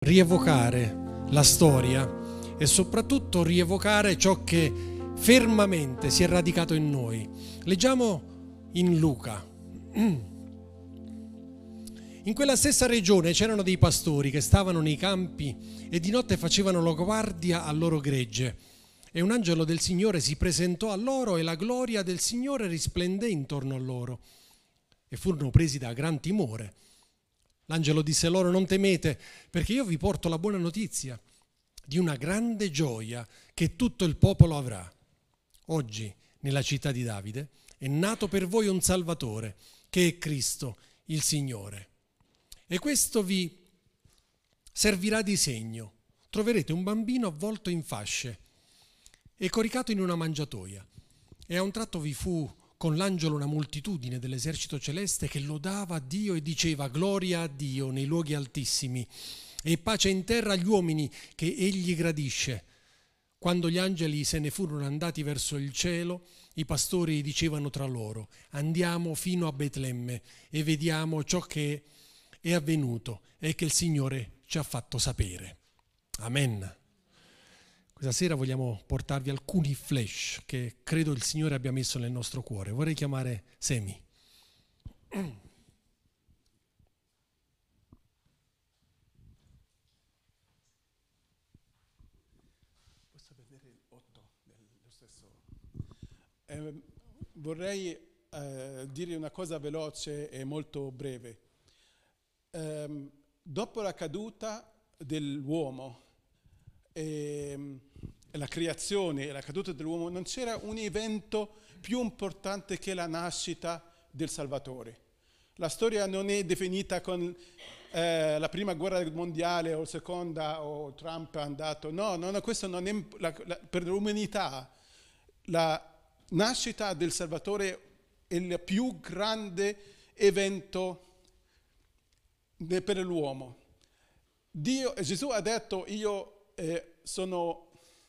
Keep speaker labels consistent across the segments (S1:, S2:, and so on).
S1: rievocare la storia e soprattutto rievocare ciò che fermamente si è radicato in noi. Leggiamo in Luca. In quella stessa regione c'erano dei pastori che stavano nei campi e di notte facevano la guardia al loro gregge. E un angelo del Signore si presentò a loro e la gloria del Signore risplendé intorno a loro. E furono presi da gran timore. L'angelo disse loro: non temete, perché io vi porto la buona notizia di una grande gioia che tutto il popolo avrà. Oggi, nella città di Davide, è nato per voi un Salvatore, che è Cristo, il Signore. E questo vi servirà di segno. Troverete un bambino avvolto in fasce e coricato in una mangiatoia. E a un tratto vi fu con l'angelo una moltitudine dell'esercito celeste che lodava Dio e diceva: gloria a Dio nei luoghi altissimi e pace in terra agli uomini che egli gradisce. Quando gli angeli se ne furono andati verso il cielo, i pastori dicevano tra loro: andiamo fino a Betlemme e vediamo ciò che è avvenuto e che il Signore ci ha fatto sapere. Amen. Questa sera vogliamo portarvi alcuni flash che credo il Signore abbia messo nel nostro cuore. Vorrei chiamare Semi.
S2: Posso vedere il 8 dello stesso? Vorrei dire una cosa veloce e molto breve. Dopo la caduta dell'uomo, la creazione e la caduta dell'uomo, non c'era un evento più importante che la nascita del Salvatore. La storia non è definita con la prima guerra mondiale o la seconda o Trump è andato. No, questo non è per l'umanità. La nascita del Salvatore è il più grande evento per l'uomo. Gesù ha detto: io sono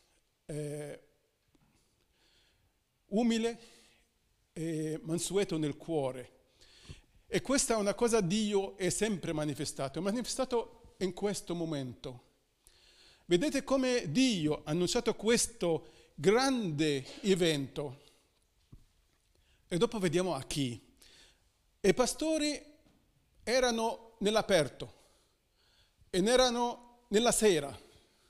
S2: umile e mansueto nel cuore. E questa è una cosa Dio è sempre manifestato in questo momento. Vedete come Dio ha annunciato questo grande evento. E dopo vediamo a chi. I pastori erano nell'aperto e erano nella sera.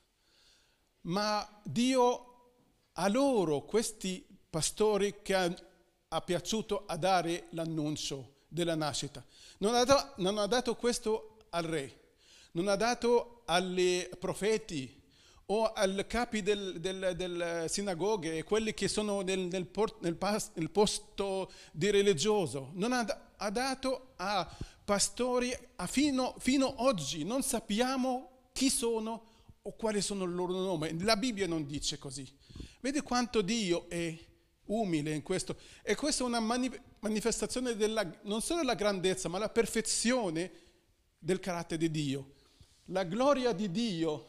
S2: Ma Dio a loro, questi pastori, che ha piaciuto a dare l'annuncio della nascita. Non ha dato questo al re, non ha dato ai profeti o ai capi delle sinagoghe e quelli che sono nel posto di religioso. Non ha dato a pastori fino oggi. Non sappiamo chi sono o quali sono il loro nome. La Bibbia non dice così. Vedi quanto Dio è umile in questo. E questa è una manifestazione non solo della grandezza, ma la perfezione del carattere di Dio. La gloria di Dio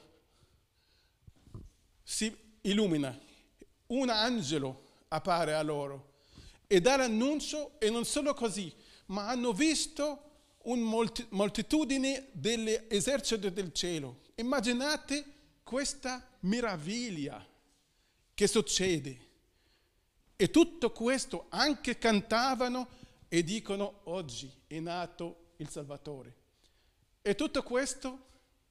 S2: si illumina. Un angelo appare a loro e dà l'annuncio, e non solo così, ma hanno visto una moltitudine dell'esercito del cielo. Immaginate questa meraviglia che succede. E tutto questo anche cantavano e dicono: oggi è nato il Salvatore. E tutto questo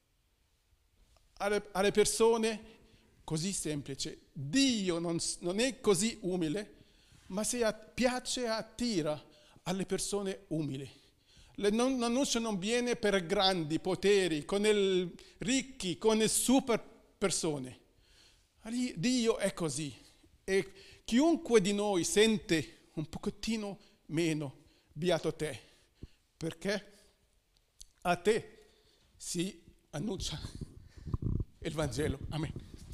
S2: alle persone così semplice. Dio non è così umile, ma piace e attira alle persone umili. L'annuncio non viene per grandi poteri, con i ricchi, con le super persone. Dio è così. E chiunque di noi sente un pochettino meno, beato te, perché a te si annuncia il Vangelo. Amen.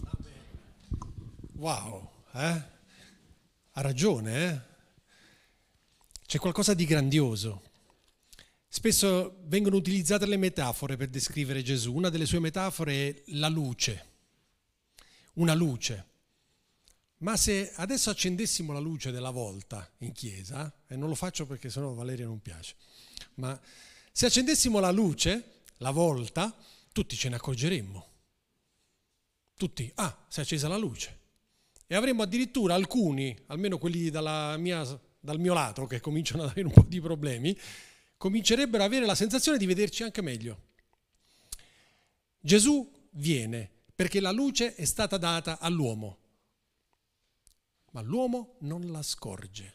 S1: Wow, ha ragione, C'è qualcosa di grandioso. Spesso vengono utilizzate le metafore per descrivere Gesù. Una delle sue metafore è la luce, una luce. Ma se adesso accendessimo la luce della volta in chiesa, e non lo faccio perché sennò a Valeria non piace, ma se accendessimo la luce, la volta, tutti ce ne accorgeremmo. Tutti, si è accesa la luce. E avremmo addirittura alcuni, almeno quelli dal mio lato, che cominciano ad avere un po' di problemi, comincerebbero ad avere la sensazione di vederci anche meglio. Gesù viene perché la luce è stata data all'uomo, ma l'uomo non la scorge.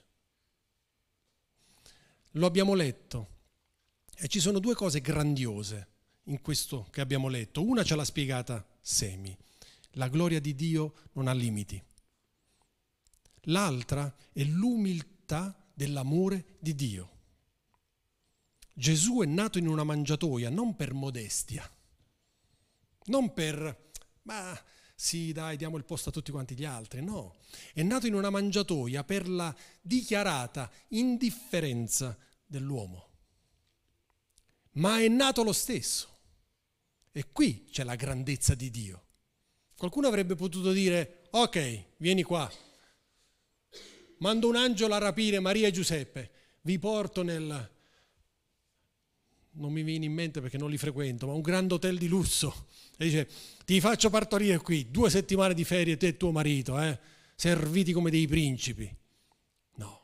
S1: Lo abbiamo letto e ci sono due cose grandiose in questo che abbiamo letto. Una ce l'ha spiegata Semi: la gloria di Dio non ha limiti. L'altra è l'umiltà dell'amore di Dio. Gesù è nato in una mangiatoia non per modestia, non per sì dai diamo il posto a tutti quanti gli altri, no. È nato in una mangiatoia per la dichiarata indifferenza dell'uomo. Ma è nato lo stesso. E qui c'è la grandezza di Dio. Qualcuno avrebbe potuto dire: ok, vieni qua, mando un angelo a rapire Maria e Giuseppe, vi porto nel... non mi viene in mente perché non li frequento, ma un grande hotel di lusso, e dice: ti faccio partorire qui, 2 settimane di ferie te e tuo marito, serviti come dei principi. No.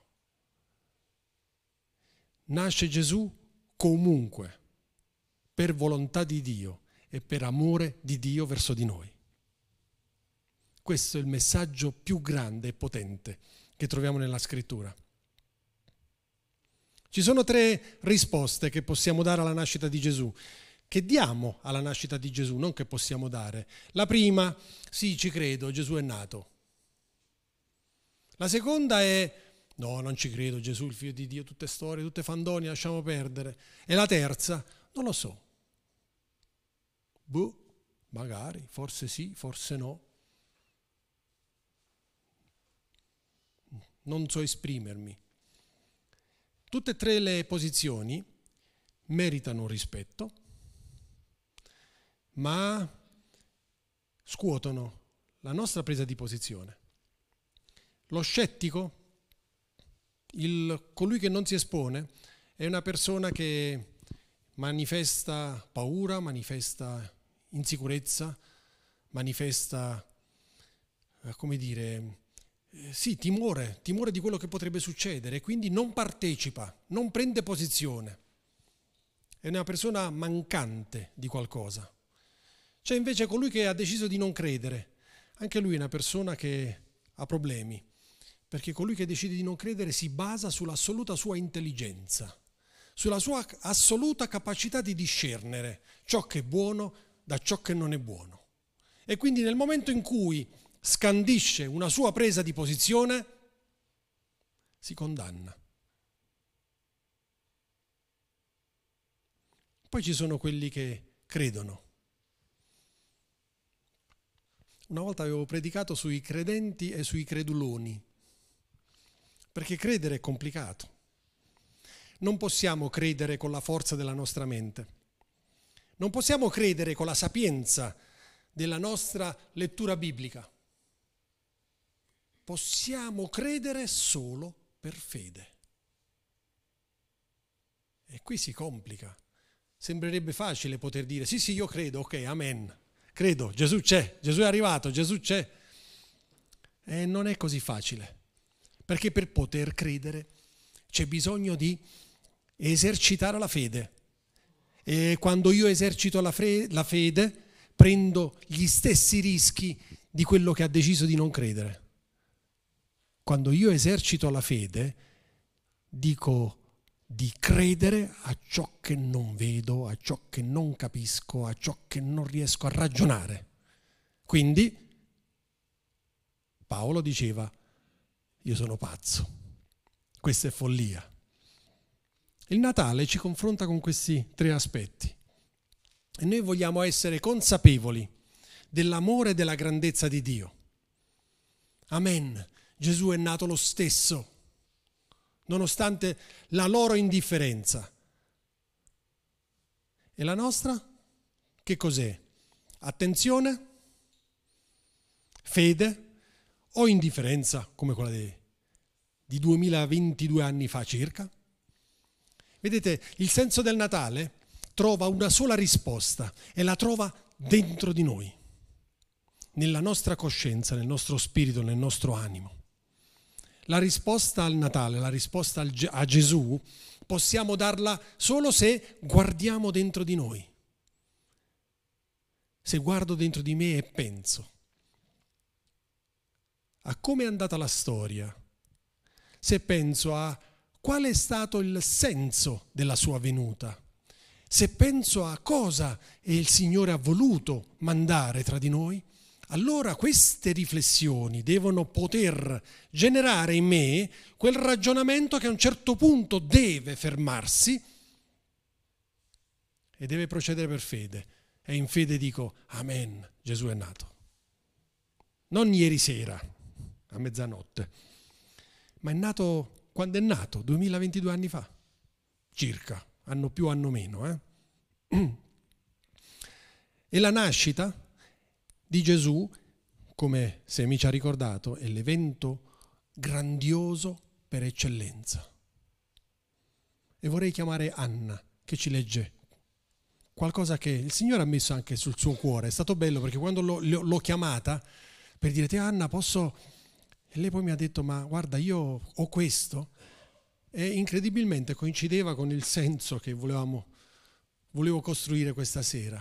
S1: Nasce Gesù comunque per volontà di Dio e per amore di Dio verso di noi. Questo è il messaggio più grande e potente che troviamo nella Scrittura. Ci sono 3 risposte che possiamo dare alla nascita di Gesù, che diamo alla nascita di Gesù, non che possiamo dare. La prima: sì, ci credo, Gesù è nato. La seconda è: no, non ci credo, Gesù il figlio di Dio, tutte storie, tutte fandonie, lasciamo perdere. E la terza: non lo so. Magari, forse sì, forse no. Non so esprimermi. Tutte e 3 le posizioni meritano rispetto, ma scuotono la nostra presa di posizione. Lo scettico, colui che non si espone, è una persona che manifesta paura, manifesta insicurezza, manifesta, timore di quello che potrebbe succedere, e quindi non partecipa, non prende posizione. È una persona mancante di qualcosa. C'è invece colui che ha deciso di non credere. Anche lui è una persona che ha problemi, perché colui che decide di non credere si basa sull'assoluta sua intelligenza, sulla sua assoluta capacità di discernere ciò che è buono da ciò che non è buono. E quindi nel momento in cui scandisce una sua presa di posizione, si condanna. Poi ci sono quelli che credono. Una volta avevo predicato sui credenti e sui creduloni, perché credere è complicato. Non possiamo credere con la forza della nostra mente. Non possiamo credere con la sapienza della nostra lettura biblica. Possiamo credere solo per fede. E qui si complica. Sembrerebbe facile poter dire: sì, io credo, ok, amen. Credo, Gesù c'è, Gesù è arrivato, Gesù c'è. E non è così facile. Perché per poter credere c'è bisogno di esercitare la fede. E quando io esercito la fede, prendo gli stessi rischi di quello che ha deciso di non credere. Quando io esercito la fede, dico di credere a ciò che non vedo, a ciò che non capisco, a ciò che non riesco a ragionare. Quindi Paolo diceva: io sono pazzo. Questa è follia. Il Natale ci confronta con questi 3 aspetti e noi vogliamo essere consapevoli dell'amore e della grandezza di Dio. Amen. Gesù è nato lo stesso, nonostante la loro indifferenza. E la nostra? Che cos'è? Attenzione? Fede? O indifferenza, come quella di 2022 anni fa circa? Vedete, il senso del Natale trova una sola risposta e la trova dentro di noi, nella nostra coscienza, nel nostro spirito, nel nostro animo. La risposta al Natale, la risposta a Gesù, possiamo darla solo se guardiamo dentro di noi. Se guardo dentro di me e penso a come è andata la storia, se penso a qual è stato il senso della sua venuta, se penso a cosa il Signore ha voluto mandare tra di noi, allora queste riflessioni devono poter generare in me quel ragionamento che a un certo punto deve fermarsi e deve procedere per fede. E in fede dico, amen, Gesù è nato. Non ieri sera, a mezzanotte, ma è nato quando è nato, 2022 anni fa, circa, anno più, anno meno. E la nascita di Gesù, come Semi ci ha ricordato, è l'evento grandioso per eccellenza. E vorrei chiamare Anna, che ci legge qualcosa che il Signore ha messo anche sul suo cuore. È stato bello perché quando l'ho chiamata per dire te Anna posso... E lei poi mi ha detto ma guarda io ho questo, e incredibilmente coincideva con il senso che volevo costruire questa sera.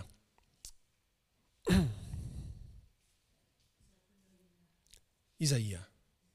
S1: Isaia.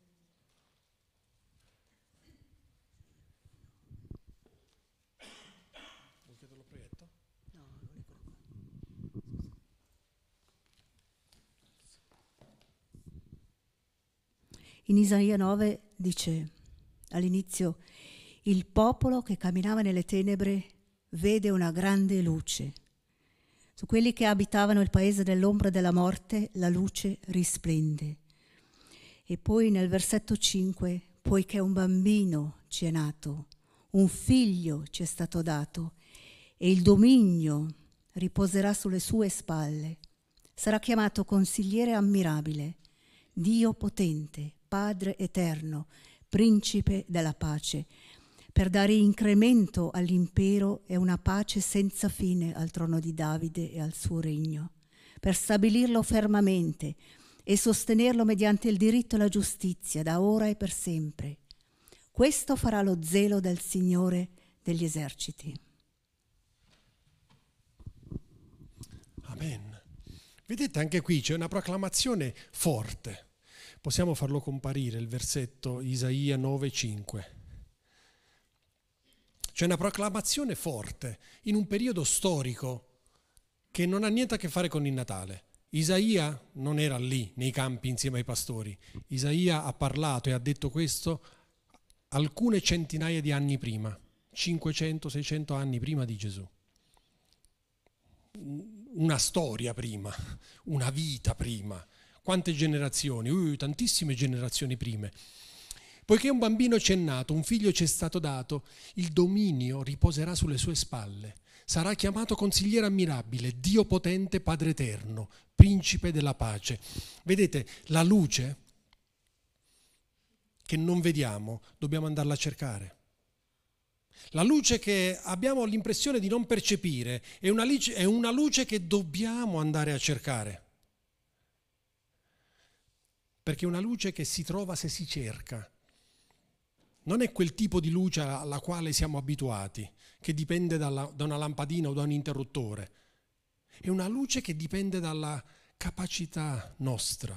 S3: In Isaia 9 dice all'inizio: il popolo che camminava nelle tenebre vede una grande luce. Su quelli che abitavano il paese dell'ombra della morte la luce risplende. E poi nel versetto 5, poiché un bambino ci è nato, un figlio ci è stato dato, e il dominio riposerà sulle sue spalle. Sarà chiamato Consigliere ammirabile, Dio potente, Padre eterno, Principe della pace, per dare incremento all'impero e una pace senza fine al trono di Davide e al suo regno, per stabilirlo fermamente e sostenerlo mediante il diritto e la giustizia da ora e per sempre. Questo farà lo zelo del Signore degli eserciti.
S1: Amen. Vedete, anche qui c'è una proclamazione forte. Possiamo farlo comparire, il versetto Isaia 9,5. C'è una proclamazione forte in un periodo storico che non ha niente a che fare con il Natale. Isaia non era lì nei campi insieme ai pastori. Isaia ha parlato e ha detto questo alcune centinaia di anni prima, 500-600 anni prima di Gesù. Una storia prima, una vita prima. Quante generazioni? Tantissime generazioni prime. Poiché un bambino ci è nato, un figlio ci è stato dato, il dominio riposerà sulle sue spalle. Sarà chiamato Consigliere ammirabile, Dio potente, Padre eterno, Principe della pace. Vedete, la luce che non vediamo, dobbiamo andarla a cercare. La luce che abbiamo l'impressione di non percepire è una luce che dobbiamo andare a cercare. Perché è una luce che si trova se si cerca. Non è quel tipo di luce alla quale siamo abituati, che dipende da una lampadina o da un interruttore. È una luce che dipende dalla capacità nostra.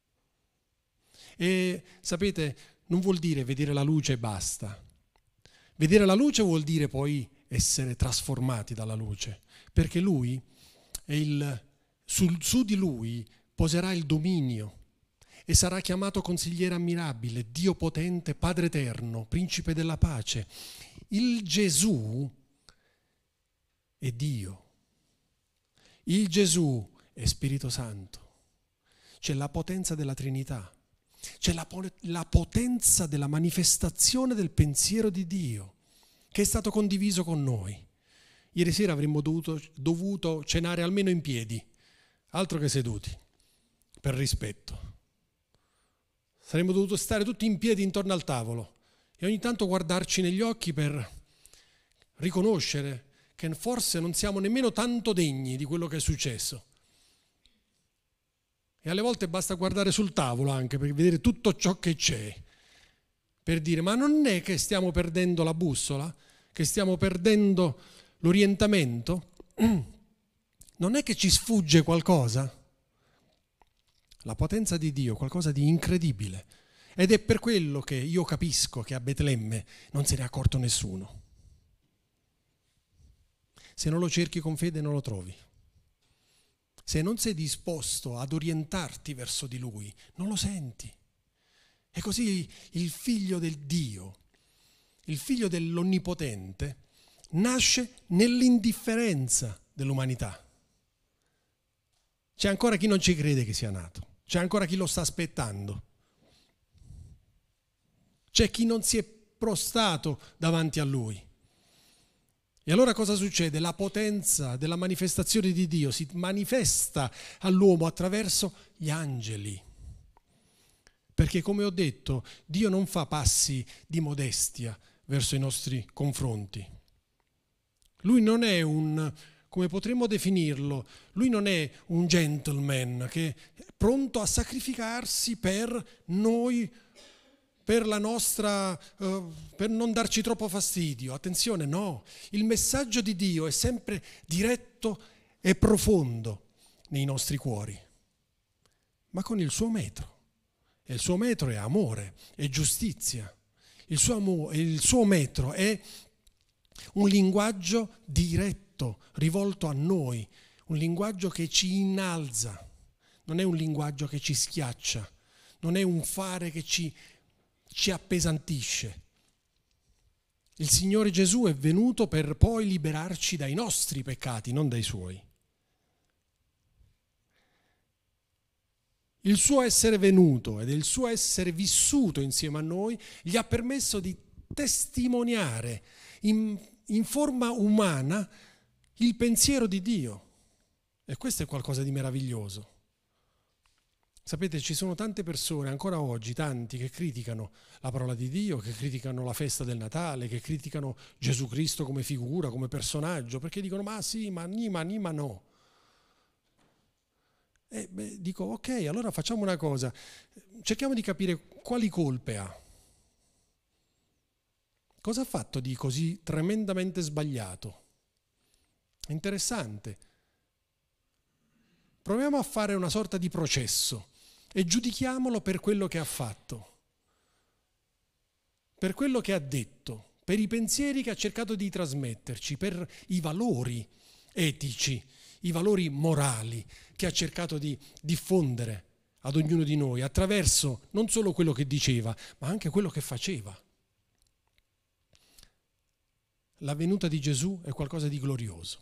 S1: E sapete, non vuol dire vedere la luce e basta. Vedere la luce vuol dire poi essere trasformati dalla luce, perché Lui, su di Lui poserà il dominio e sarà chiamato Consigliere ammirabile, Dio potente, Padre eterno, Principe della pace. Il Gesù è Dio. Il Gesù è Spirito Santo. C'è la potenza della Trinità. C'è la potenza della manifestazione del pensiero di Dio che è stato condiviso con noi. Ieri sera avremmo dovuto cenare almeno in piedi, altro che seduti, per rispetto. Saremmo dovuti stare tutti in piedi intorno al tavolo e ogni tanto guardarci negli occhi per riconoscere che forse non siamo nemmeno tanto degni di quello che è successo. E alle volte basta guardare sul tavolo anche per vedere tutto ciò che c'è, per dire: ma non è che stiamo perdendo la bussola? Che stiamo perdendo l'orientamento? Non è che ci sfugge qualcosa? La potenza di Dio è qualcosa di incredibile. Ed è per quello che io capisco che a Betlemme non se ne è accorto nessuno. Se non lo cerchi con fede non lo trovi. Se non sei disposto ad orientarti verso di Lui, non lo senti. E così il figlio del Dio, il figlio dell'Onnipotente, nasce nell'indifferenza dell'umanità. C'è ancora chi non ci crede che sia nato, c'è ancora chi lo sta aspettando. C'è chi non si è prostrato davanti a Lui. E allora cosa succede? La potenza della manifestazione di Dio si manifesta all'uomo attraverso gli angeli. Perché, come ho detto, Dio non fa passi di modestia verso i nostri confronti. Lui non è come potremmo definirlo, lui non è un gentleman che è pronto a sacrificarsi per noi, per la nostra, per non darci troppo fastidio. Attenzione, no. Il messaggio di Dio è sempre diretto e profondo nei nostri cuori, ma con il suo metro. E il suo metro è amore, è giustizia. Il suo metro è un linguaggio diretto, rivolto a noi, un linguaggio che ci innalza, non è un linguaggio che ci schiaccia, non è un fare che ci appesantisce. Il Signore Gesù è venuto per poi liberarci dai nostri peccati, non dai suoi. Il suo essere venuto ed il suo essere vissuto insieme a noi gli ha permesso di testimoniare in forma umana il pensiero di Dio. E questo è qualcosa di meraviglioso. Sapete, ci sono tante persone, ancora oggi, tanti, che criticano la parola di Dio, che criticano la festa del Natale, che criticano Gesù Cristo come figura, come personaggio, perché dicono: ma sì, ma no. E dico: ok, allora facciamo una cosa, cerchiamo di capire quali colpe ha. Cosa ha fatto di così tremendamente sbagliato? È interessante. Proviamo a fare una sorta di processo e giudichiamolo per quello che ha fatto, per quello che ha detto, per i pensieri che ha cercato di trasmetterci, per i valori etici, i valori morali che ha cercato di diffondere ad ognuno di noi attraverso non solo quello che diceva, ma anche quello che faceva. La venuta di Gesù è qualcosa di glorioso.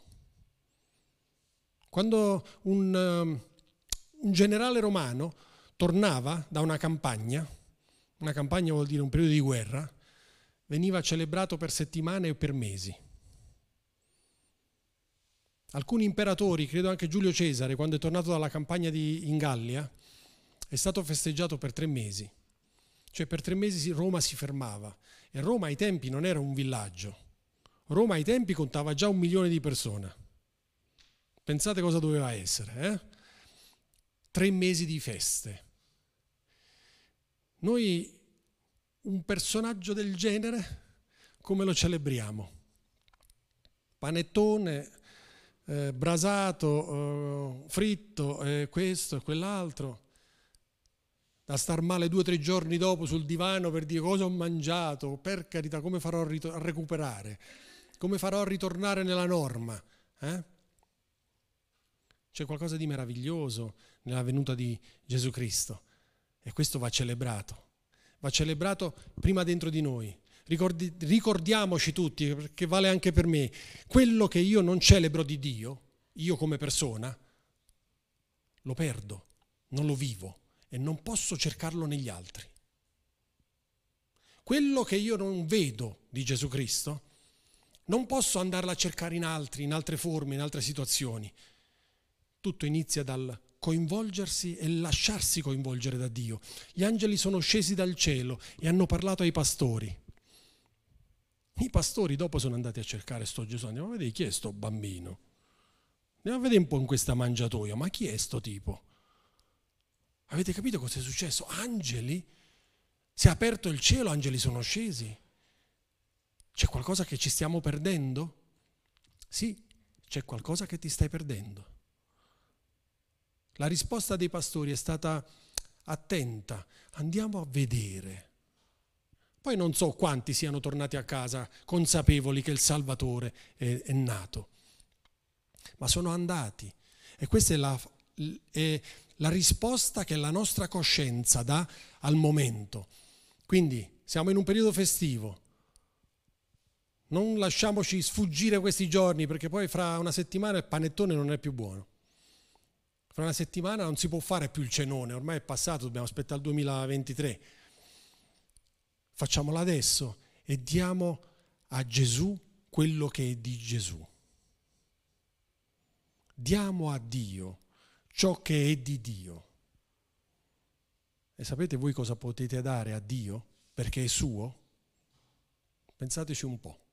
S1: Quando un generale romano tornava da una campagna vuol dire un periodo di guerra, veniva celebrato per settimane o per mesi. Alcuni imperatori, credo anche Giulio Cesare, quando è tornato dalla campagna in Gallia, è stato festeggiato per 3 mesi. Cioè per 3 mesi Roma si fermava. E Roma ai tempi non era un villaggio. Roma ai tempi contava già 1 milione di persone. Pensate cosa doveva essere, 3 mesi di feste. Noi un personaggio del genere come lo celebriamo? Panettone, brasato, fritto, questo e quell'altro, da star male 2 o 3 giorni dopo sul divano per dire: cosa ho mangiato, per carità, come farò a recuperare, come farò a ritornare nella norma. C'è qualcosa di meraviglioso nella venuta di Gesù Cristo e questo va celebrato prima dentro di noi. Ricordiamoci tutti, perché vale anche per me, quello che io non celebro di Dio, io come persona, lo perdo, non lo vivo e non posso cercarlo negli altri. Quello che io non vedo di Gesù Cristo, non posso andarla a cercare in altri, in altre forme, in altre situazioni. Tutto inizia dal coinvolgersi e lasciarsi coinvolgere da Dio. Gli angeli sono scesi dal cielo e hanno parlato ai pastori. I pastori dopo sono andati a cercare sto Gesù, andiamo a vedere chi è sto bambino, andiamo a vedere un po' in questa mangiatoia, ma chi è sto tipo? Avete capito cosa è successo? Angeli, si è aperto il cielo, angeli sono scesi. C'è qualcosa che ci stiamo perdendo? Sì, c'è qualcosa che ti stai perdendo. La risposta dei pastori è stata attenta, andiamo a vedere. Poi non so quanti siano tornati a casa consapevoli che il Salvatore è nato, ma sono andati. E questa è la risposta che la nostra coscienza dà al momento. Quindi siamo in un periodo festivo, non lasciamoci sfuggire questi giorni, perché poi fra una settimana il panettone non è più buono. Fra una settimana non si può fare più il cenone, ormai è passato, dobbiamo aspettare il 2023. Facciamolo adesso e diamo a Gesù quello che è di Gesù. Diamo a Dio ciò che è di Dio. E sapete voi cosa potete dare a Dio perché è suo? Pensateci un po'.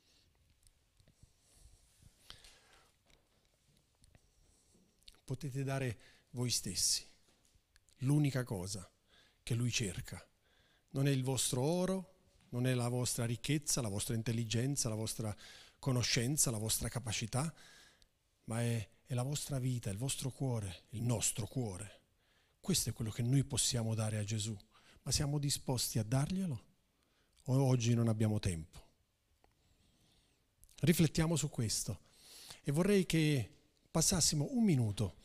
S1: Potete dare voi stessi. L'unica cosa che Lui cerca non è il vostro oro, non è la vostra ricchezza, la vostra intelligenza, la vostra conoscenza, la vostra capacità, ma è la vostra vita, il vostro cuore, il nostro cuore. Questo è quello che noi possiamo dare a Gesù. Ma siamo disposti a darglielo? O oggi non abbiamo tempo? Riflettiamo su questo e vorrei che passassimo un minuto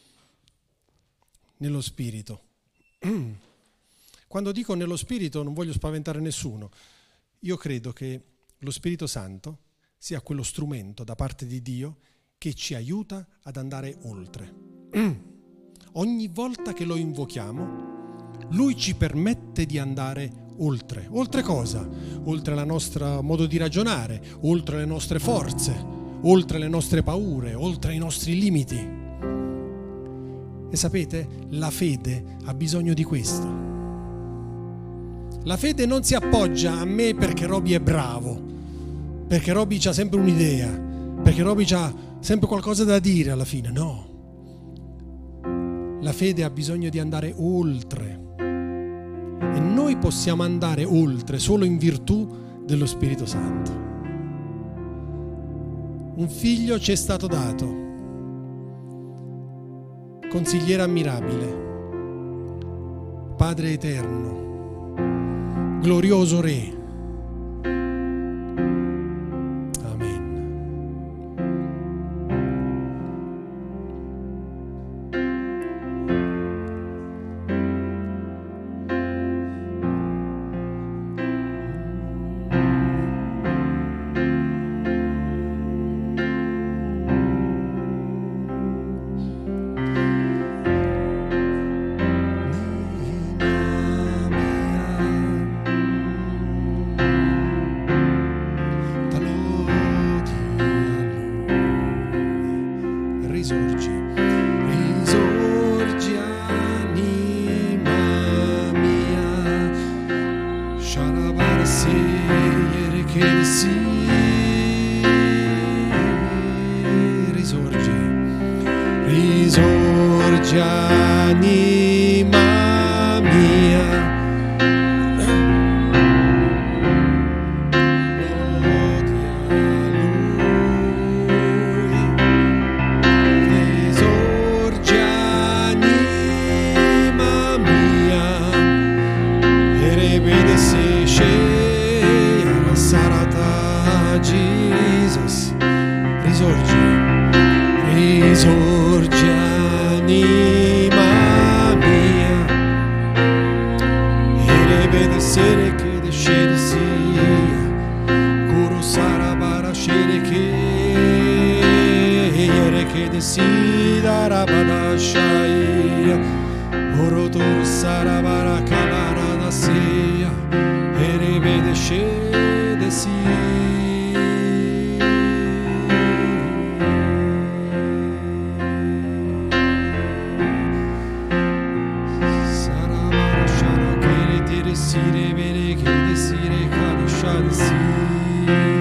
S1: nello Spirito. Quando dico nello Spirito non voglio spaventare nessuno. Io credo che lo Spirito Santo sia quello strumento da parte di Dio che ci aiuta ad andare oltre. Ogni volta che lo invochiamo, Lui ci permette di andare oltre. Oltre cosa? Oltre il nostro modo di ragionare, oltre le nostre forze, oltre le nostre paure, oltre i nostri limiti. E sapete, la fede ha bisogno di questo. La fede non si appoggia a me perché Roby è bravo, perché Roby ha sempre un'idea, perché Roby ha sempre qualcosa da dire alla fine. No. La fede ha bisogno di andare oltre. E noi possiamo andare oltre solo in virtù dello Spirito Santo. Un figlio ci è stato dato. Consigliere ammirabile, Padre eterno, glorioso Re. Risorgi anima mia, lodi a Lui. Risorgi anima mia, e rivede se sceglie sarata Jesus. Risorgi anima mia, e rivede se che decide sia, Guru Sarabara scende che decida Rabada Shaya, Oroto Sarabara Kabara da sia, e rivede scende sia. Sire vere che desire cadusciare sì.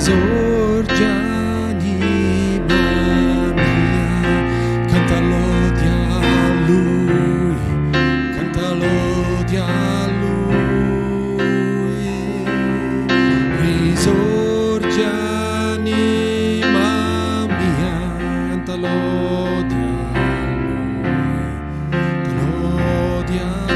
S1: risorge anima mia, canta lode a Lui, canta lode a Lui, risorge anima mia, canta lode a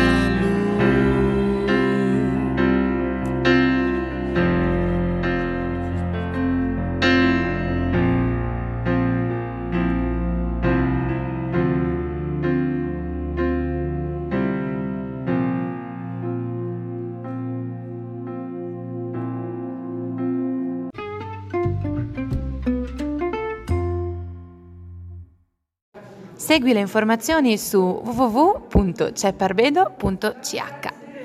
S4: Segui le informazioni su www.cepparbedo.ch.